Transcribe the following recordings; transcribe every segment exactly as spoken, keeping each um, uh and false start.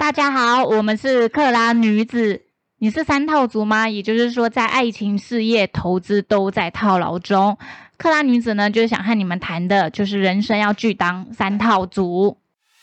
大家好，我们是克拉女子。你是三套族吗？也就是说在爱情、事业、投资都在套牢中。克拉女子呢，就是想和你们谈的就是人生要拒当三套族。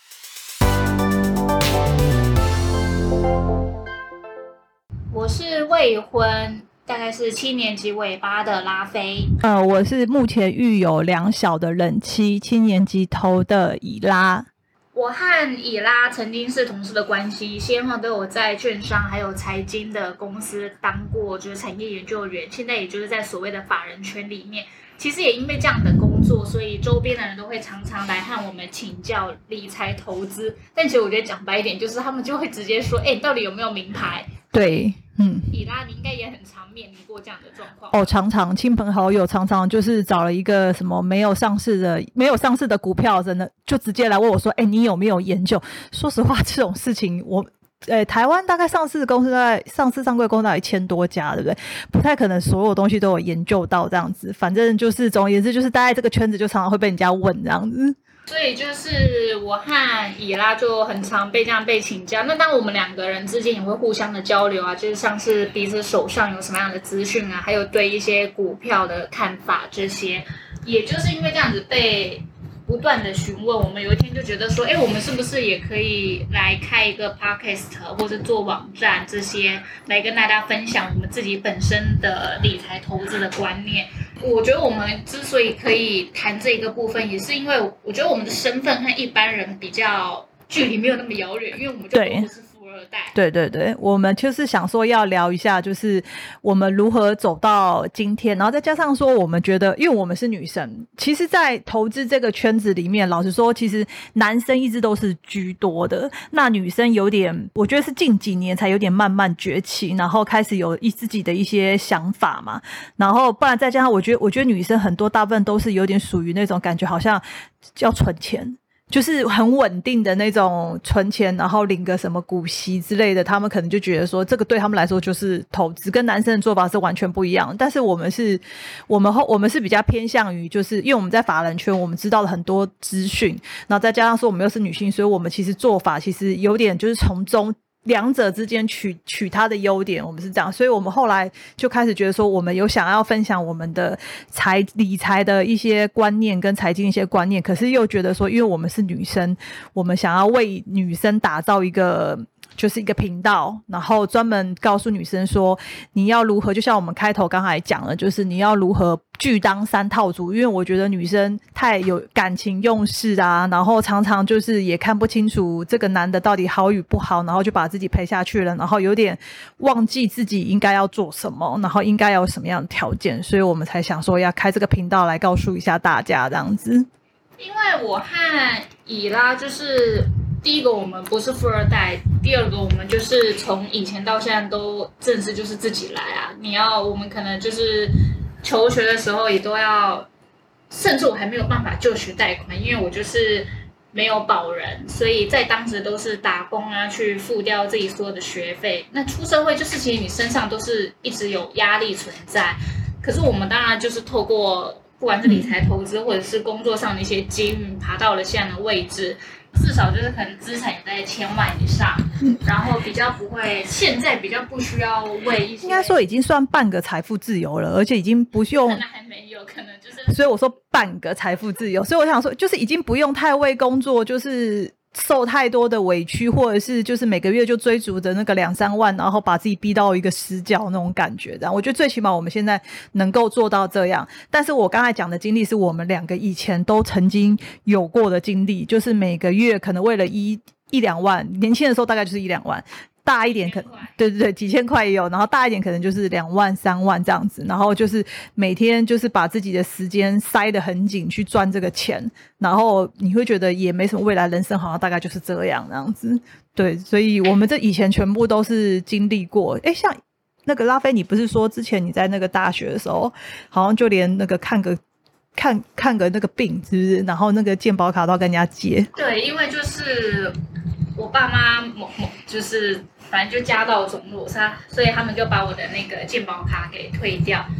我是未婚，大概是七年级尾巴的拉菲。 呃，我是目前育有两小的人妻，七年级头的以拉。 我和以拉曾经是同事的关系，先后都有在券商还有财经的公司当过就是产业研究员，现在也就是在所谓的法人圈里面。其实也因为这样的工作，所以周边的人都会常常来和我们请教理财投资。但其实我觉得讲白一点，就是他们就会直接说：“哎、欸，你到底有没有名牌？” 对，嗯， 以拉，你应该也很常面临过这样的状况哦，常常亲朋好友常常就是找了一个什么没有上市的、没有上市的股票，真的就直接来问我说：“哎、欸，你有没有研究？”说实话，这种事情我。呃，台湾大概上市公司大概上市上柜公司大概一千多家，对不对？不太可能所有东西都有研究到这样子。反正就是总而言之，就是待在这个圈子，就常常会被人家问这样子。 所以就是我和以拉就很常被这样被请教。那当我们两个人之间也会互相的交流啊，就是像是彼此手上有什么样的资讯啊，还有对一些股票的看法这些。也就是因为这样子被不断的询问，我们有一天就觉得说，哎，我们是不是也可以来开一个 podcast 或者做网站这些，来跟大家分享我们自己本身的理财投资的观念。我觉得我们之所以可以谈这个部分，也是因为我觉得我们的身份和一般人比较距离没有那么遥远，因为我们就都不是富二代。 对对对，我们就是想说要聊一下，就是我们如何走到今天，然后再加上说我们觉得，因为我们是女生，其实在投资这个圈子里面，老实说其实男生一直都是居多的，那女生有点我觉得是近几年才有点慢慢崛起，然后开始有一自己的一些想法嘛，然后不然再加上我觉得我觉得女生很多大部分都是有点属于那种感觉好像要存钱，就是很稳定的那种存钱，然后领个什么股息之类的，他们可能就觉得说这个对他们来说就是投资，跟男生的做法是完全不一样。但是我们是我们我们是比较偏向于就是因为我们在法人圈，我们知道了很多资讯，然后再加上说我们又是女性，所以我们其实做法其实有点就是从中两者之间取取他的优点，我们是这样，所以我们后来就开始觉得说，我们有想要分享我们的财理财的一些观念跟财经一些观念，可是又觉得说，因为我们是女生，我们想要为女生打造一个就是一个频道，然后专门告诉女生说你要如何，就像我们开头刚才讲了，就是你要如何拒当三套族，因为我觉得女生太有感情用事啊，然后常常就是也看不清楚这个男的到底好与不好，然后就把自己陪下去了，然后有点忘记自己应该要做什么，然后应该要有什么样的条件，所以我们才想说要开这个频道来告诉一下大家这样子。 因为我和以拉就是第一个我们不是富二代，第二个我们就是从以前到现在都正式就是自己来啊。你要我们可能就是求学的时候也都要，甚至我还没有办法就学贷款，因为我就是没有保人，所以在当时都是打工啊，去付掉自己所有的学费。那出社会就是其实你身上都是一直有压力存在，可是我们当然就是透过不管是理财投资或者是工作上的一些机遇，爬到了现在的位置。至少就是可能资产也在千万以上，然后比较不会，现在比较不需要为一些， 应该说已经算半个财富自由了，而且已经不用， 可能还没有，可能就是， 所以我说半个财富自由，所以我想说，就是已经不用太为工作，就是受太多的委屈，或者是就是每个月就追逐的那个两三万，然后把自己逼到一个死角那种感觉。这样，我觉得最起码我们现在能够做到这样。但是我刚才讲的经历是我们两个以前都曾经有过的经历，就是每个月可能为了一一两万，年轻的时候大概就是一两万。大一点可能对对对几千块也有，然后大一点可能就是两万三万这样子，然后就是每天就是把自己的时间塞得很紧去赚这个钱，然后你会觉得也没什么未来，人生好像大概就是这样这样子。对，所以我们这以前全部都是经历过。诶，像那个拉菲，你不是说之前你在那个大学的时候好像就连那个看个看看个那个病是不是，然后那个健保卡都要跟人家借？ 对，因为就是我爸妈某某就是反正就家道中落，所以他们就把我的那个健保卡给退掉。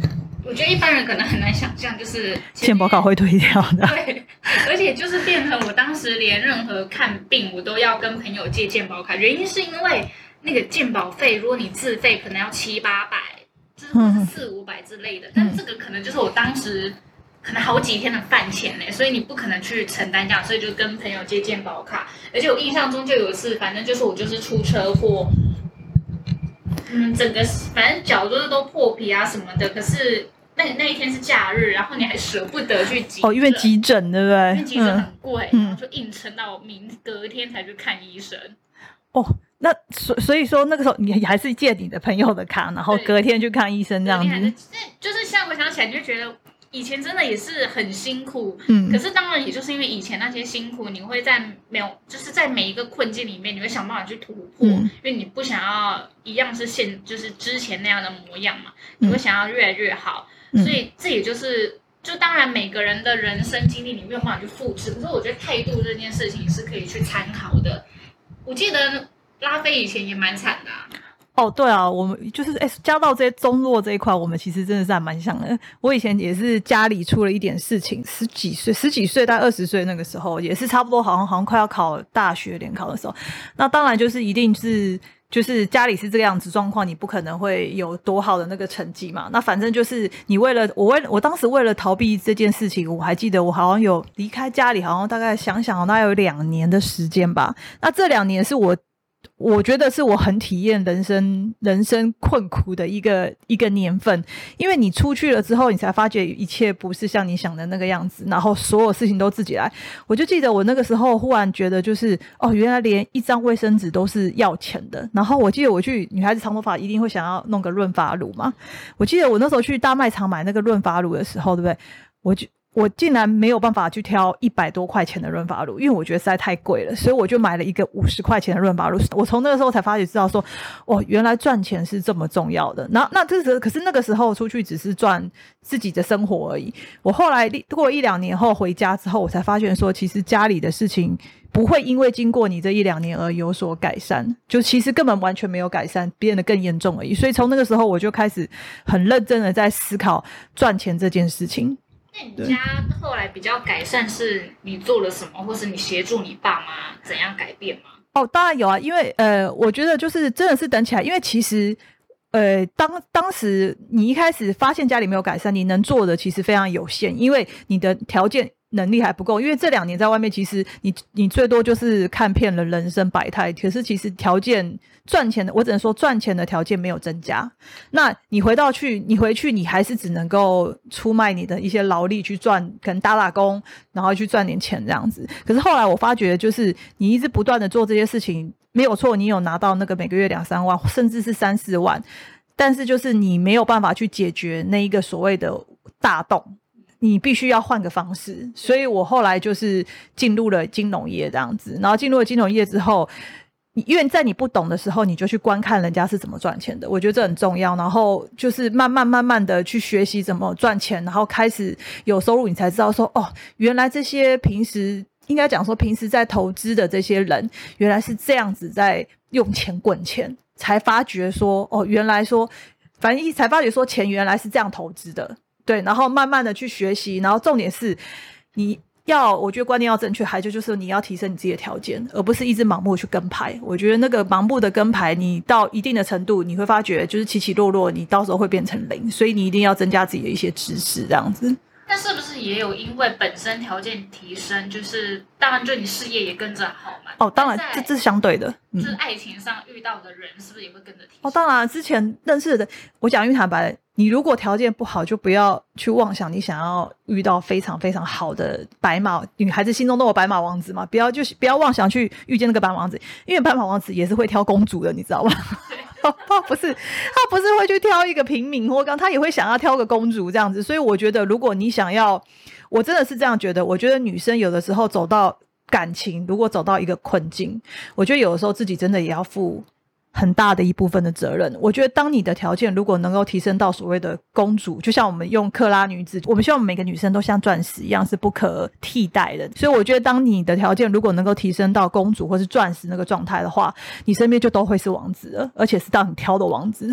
我觉得一般人可能很难想象，就是健保卡会退掉的。 对，而且就是变成我当时连任何看病我都要跟朋友借健保卡，原因是因为那个健保费，如果你自费可能要七八百，就是四五百之类的，嗯、但这个可能就是我当时可能好几天的饭钱呢，所以你不可能去承担这样，所以就跟朋友借健保卡。而且我印象中就有一次，反正就是我就是出车祸。嗯，整个反正脚就是都破皮啊什么的，可是那那一天是假日，然后你还舍不得去急诊哦， 因为急诊对不对？ 因为急诊很贵，嗯、然后就硬撑到明隔天才去看医生。 哦，那所所以说那个时候你还是借你的朋友的卡，然后隔天去看医生这样子。 就是像我想起来，你就觉得。以前真的也是很辛苦，嗯，可是当然也就是因为以前那些辛苦，你会在没有就是在每一个困境里面，你会想办法去突破，嗯、因为你不想要一样是现就是之前那样的模样嘛，你会想要越来越好，嗯、所以这也就是就当然每个人的人生经历你没有办法去复制，可是我觉得态度这件事情是可以去参考的。我记得拉菲以前也蛮惨的、啊。 哦，对啊，我们就是哎，加到这些中落这一块，我们其实真的是还蛮像的。我以前也是家里出了一点事情，十几岁、十几岁到二十岁那个时候，也是差不多，好像好像快要考大学联考的时候。那当然就是一定是就是家里是这个样子状况，你不可能会有多好的那个成绩嘛。那反正就是你为了我为了我当时为了逃避这件事情，我还记得我好像有离开家里，好像大概想想大概有两年的时间吧。那这两年是我。我觉得是我很体验人生人生困苦的一个一个年份，因为你出去了之后，你才发觉一切不是像你想的那个样子，然后所有事情都自己来。我就记得我那个时候忽然觉得就是哦，原来连一张卫生纸都是要钱的。然后我记得我去女孩子长头发一定会想要弄个润发乳嘛，我记得我那时候去大卖场买那个润发乳的时候，对不对？我就我竟然没有办法去挑一百多块钱的润发乳，因为我觉得实在太贵了，所以我就买了一个五十块钱的润发乳。我从那个时候才发觉知道说，哦，原来赚钱是这么重要的。那那这个可是那个时候出去只是赚自己的生活而已。我后来过一两年后回家之后，我才发现说，其实家里的事情不会因为经过你这一两年而有所改善，就其实根本完全没有改善，变得更严重而已。所以从那个时候我就开始很认真的在思考赚钱这件事情。 那你家后来比较改善是你做了什么，或是你协助你爸妈怎样改变吗？ 哦，当然有啊，因为呃，我觉得就是真的是等起来，因为其实呃，当当时你一开始发现家里没有改善，你能做的其实非常有限，因为你的条件能力还不够，因为这两年在外面，其实你你最多就是看遍了人生百态，可是其实条件赚钱的，我只能说赚钱的条件没有增加。那你回到去，你回去，你还是只能够出卖你的一些劳力去赚，可能打打工，然后去赚点钱这样子。可是后来我发觉，就是你一直不断的做这些事情，没有错，你有拿到那个每个月两三万，甚至是三四万，但是就是你没有办法去解决那一个所谓的大洞。你必须要换个方式，所以我后来就是进入了金融业这样子，然后进入了金融业之后，因为在你不懂的时候，你就去观看人家是怎么赚钱的，我觉得这很重要。然后就是慢慢慢慢的去学习怎么赚钱，然后开始有收入，你才知道说，哦，原来这些平时应该讲说平时在投资的这些人，原来是这样子在用钱滚钱，才发觉说，哦，原来说，反正才发觉说钱原来是这样投资的。对，然后慢慢的去学习，然后重点是你要，我觉得观念要正确，还有就是你要提升你自己的条件，而不是一直盲目去跟牌。我觉得那个盲目的跟牌，你到一定的程度，你会发觉就是起起落落，你到时候会变成零，所以你一定要增加自己的一些知识，这样子。 那是不是也有因为本身条件提升，就是当然就你事业也跟着好嘛？ 哦，当然这这是相对的， 嗯，就是爱情上遇到的人是不是也会跟着提升？ 哦，当然之前认识的，我讲因为坦白，你如果条件不好，就不要去妄想你想要遇到非常非常好的白马女孩子，心中都有白马王子嘛，不要就是不要妄想去遇见那个白马王子，因为白马王子也是会挑公主的，你知道吗？他不是他不是会去挑一个平民或刚，他也会想要挑个公主这样子。所以我觉得如果你想要，我真的是这样觉得，我觉得女生有的时候走到感情，如果走到一个困境，我觉得有的时候自己真的也要负很大的一部分的责任。我觉得当你的条件如果能够提升到所谓的公主，就像我们用克拉女子，我们希望每个女生都像钻石一样是不可替代的。所以我觉得当你的条件如果能够提升到公主或是钻石那个状态的话，你身边就都会是王子了，而且是到你挑的王子。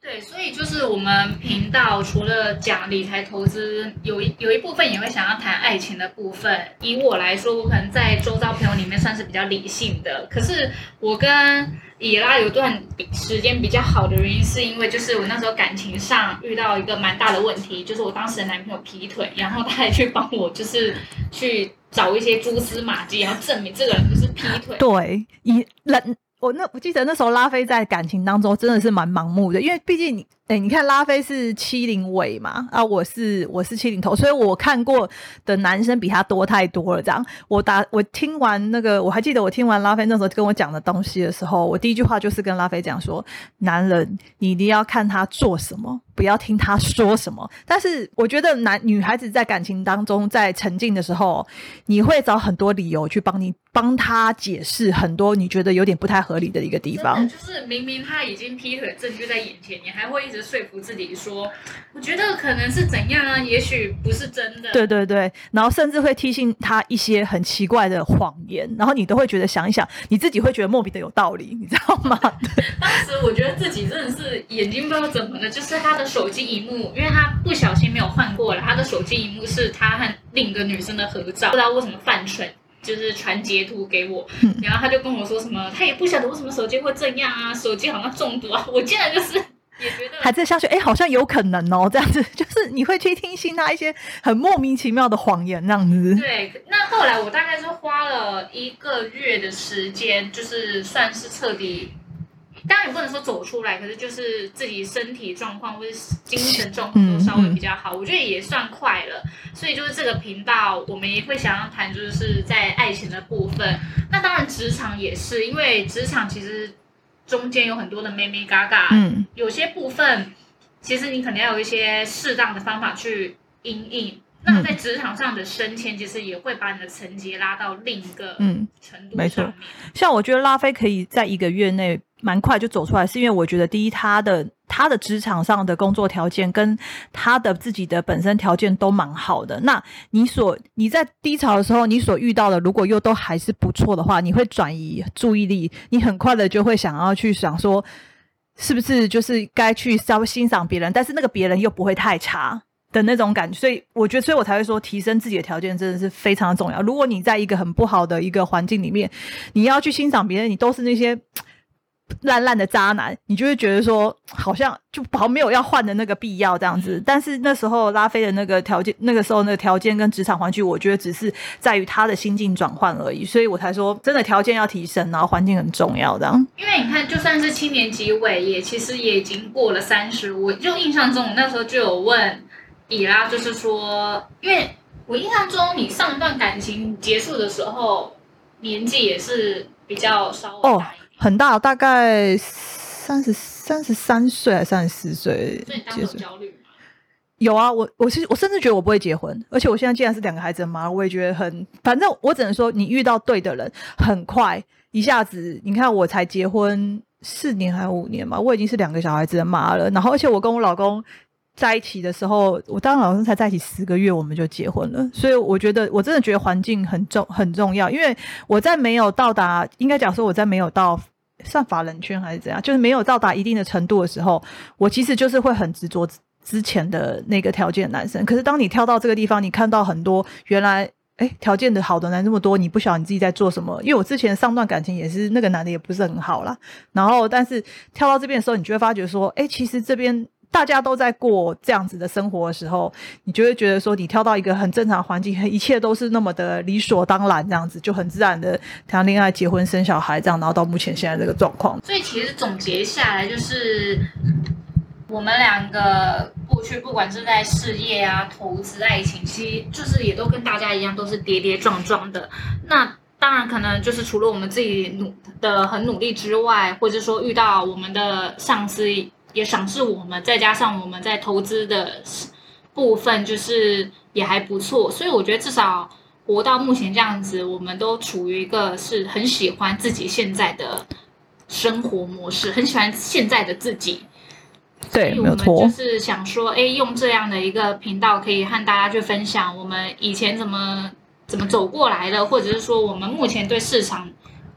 对，所以就是我们频道除了讲理财投资，有一有一部分也会想要谈爱情的部分。以我来说，我可能在周遭朋友里面算是比较理性的，可是我跟以拉有段时间比较好的原因，是因为就是我那时候感情上遇到一个蛮大的问题，就是我当时的男朋友劈腿，然后他还去帮我就是去找一些蛛丝马迹，然后证明这个人不是劈腿。 对，以人。我那我记得那时候拉菲在感情当中真的是蛮盲目的，因为毕竟你哎，你看拉菲是七零尾嘛，啊，我是我是七零头，所以我看过的男生比他多太多了。这样，我打我听完那个，我还记得我听完拉菲那时候跟我讲的东西的时候，我第一句话就是跟拉菲讲说，男人你一定要看他做什么，不要听他说什么。但是我觉得男女孩子在感情当中在沉浸的时候，你会找很多理由去帮你帮他解释很多你觉得有点不太合理的一个地方。 就是明明他已经劈腿，证据在眼前，你还会一直说服自己说，我觉得可能是怎样啊，也许不是真的。 对对对，然后甚至会提醒他一些很奇怪的谎言，然后你都会觉得想一想，你自己会觉得莫名的有道理，你知道吗？ 当时我觉得自己真的是眼睛不知道怎么了，就是他的手机荧幕，因为他不小心没有换过了，他的手机荧幕是他和另一个女生的合照，不知道为什么犯蠢。就是传截图给我，然后他就跟我说什么，他也不晓得为什么手机会这样啊，手机好像中毒啊。我竟然就是也觉得还在相信，哎，好像有可能哦，这样子就是你会去听信他一些很莫名其妙的谎言，这样子。 对，那后来我大概是花了一个月的时间，就是算是彻底。当然也不能说走出来，可是就是自己身体状况或者精神状况都稍微比较好，嗯嗯、我觉得也算快了。所以就是这个频道，我们也会想要谈，就是在爱情的部分。那当然职场也是，因为职场其实中间有很多的妹妹嘎嘎，嗯，有些部分其实你可能要有一些适当的方法去因应。那在职场上的升迁，其实也会把你的层级拉到另一个程度上面。嗯，没错。 像我觉得拉菲可以在一个月内蛮快就走出来，是因为我觉得第一，他的他的职场上的工作条件跟他的自己的本身条件都蛮好的。那你所你在低潮的时候，你所遇到的如果又都还是不错的话，你会转移注意力，你很快的就会想要去想说，是不是就是该去稍微欣赏别人，但是那个别人又不会太差的那种感觉。所以我觉得，所以我才会说提升自己的条件真的是非常的重要。如果你在一个很不好的一个环境里面，你要去欣赏别人，你都是那些烂烂的渣男，你就会觉得说好像就好像没有要换的那个必要这样子。但是那时候拉菲的那个条件，那个时候那个条件跟职场环境，我觉得只是在于他的心境转换而已。所以我才说真的条件要提升，然后环境很重要这样。 因为你看就算是七年级尾也其实也已经过了三十，我就印象中我那时候就有问以拉，就是说，因为我印象中你上一段感情结束的时候年纪也是比较稍微大一点。哦， 很大，大概三十三十三岁还是三十四岁。 所以你当时有焦虑吗？ 有啊，我我是我甚至觉得我不会结婚，而且我现在既然是两个孩子的妈，我也觉得很，反正我只能说，你遇到对的人，很快一下子，你看我才结婚四年还五年嘛，我已经是两个小孩子的妈了，然后而且我跟我老公在一起的时候，我当老公才在一起十个月，我们就结婚了。所以我觉得，我真的觉得环境很重很重要。因为我在没有到达，应该讲说我在没有到算法人圈还是怎样，就是没有到达一定的程度的时候，我其实就是会很执着之前的那个条件的男生。可是当你跳到这个地方，你看到很多原来哎条件的好的男这么多，你不晓得你自己在做什么。因为我之前上段感情也是那个男的也不是很好啦，然后但是跳到这边的时候，你就会发觉说，哎，其实这边大家都在过这样子的生活的时候，你就会觉得说你跳到一个很正常的环境，一切都是那么的理所当然，这样子就很自然的谈恋爱结婚生小孩这样，然后到目前现在这个状况。 所以其实总结下来就是我们两个过去不管是在事业啊投资爱情，其实就是也都跟大家一样都是跌跌撞撞的。那当然可能就是除了我们自己努的很努力之外，或者说遇到我们的上司也赏识我们，再加上我们在投资的部分就是也还不错，所以我觉得至少活到目前这样子，我们都处于一个是很喜欢自己现在的生活模式，很喜欢现在的自己。 对，没有错。 我们就是想说，哎，用这样的一个频道可以和大家去分享我们以前怎么怎么走过来的，或者是说我们目前对市场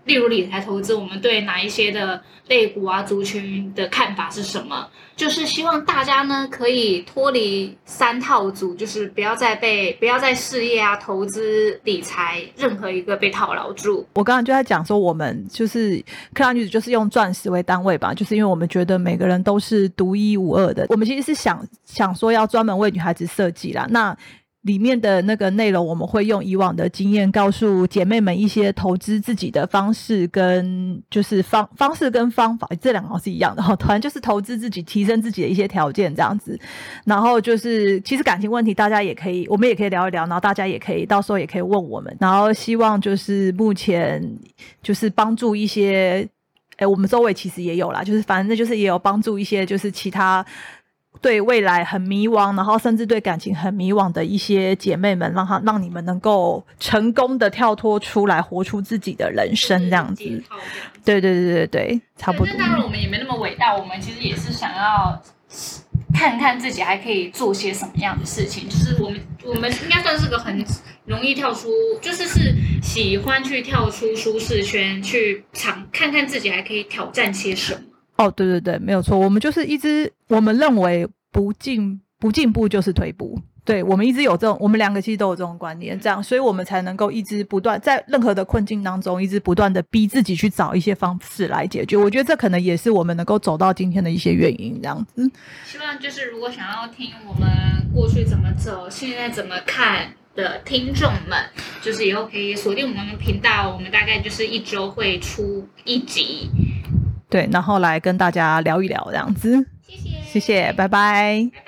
例如理财投资，我们对哪一些的类股啊、族群的看法是什么？就是希望大家呢可以脱离三套组，就是不要再被不要在事业啊、投资、理财任何一个被套牢住。 我刚刚就在讲说，我们就是克拉女子就是用钻石为单位吧，就是因为我们觉得每个人都是独一无二的。我们其实是想想说要专门为女孩子设计啦，那里面的那个内容我们会用以往的经验告诉姐妹们一些投资自己的方式跟就是方方式跟方法，这两个是一样的，突然就是投资自己提升自己的一些条件这样子。然后就是其实感情问题大家也可以我们也可以聊一聊，然后大家也可以到时候也可以问我们，然后希望就是目前就是帮助一些诶我们周围其实也有啦，就是反正就是也有帮助一些就是其他对未来很迷惘，然后甚至对感情很迷惘的一些姐妹们，让她让你们能够成功的跳脱出来，活出自己的人生这样子。对对对对对，差不多。 当然我们也没那么伟大，我们其实也是想要看看自己还可以做些什么样的事情。就是我们我们应该算是个很容易跳出，就是是喜欢去跳出舒适圈，去尝看看自己还可以挑战些什么。 哦，对对对，没有错，我们就是一直我们认为不进不进步就是退步，对，我们一直有这种，我们两个其实都有这种观念，这样，所以我们才能够一直不断在任何的困境当中，一直不断的逼自己去找一些方式来解决。我觉得这可能也是我们能够走到今天的一些原因，这样子。 希望就是如果想要听我们过去怎么走，现在怎么看的听众们，就是以后可以锁定我们的频道，我们大概就是一周会出一集。 对，然后来跟大家聊一聊这样子。 谢谢， 谢谢，拜拜。 拜拜。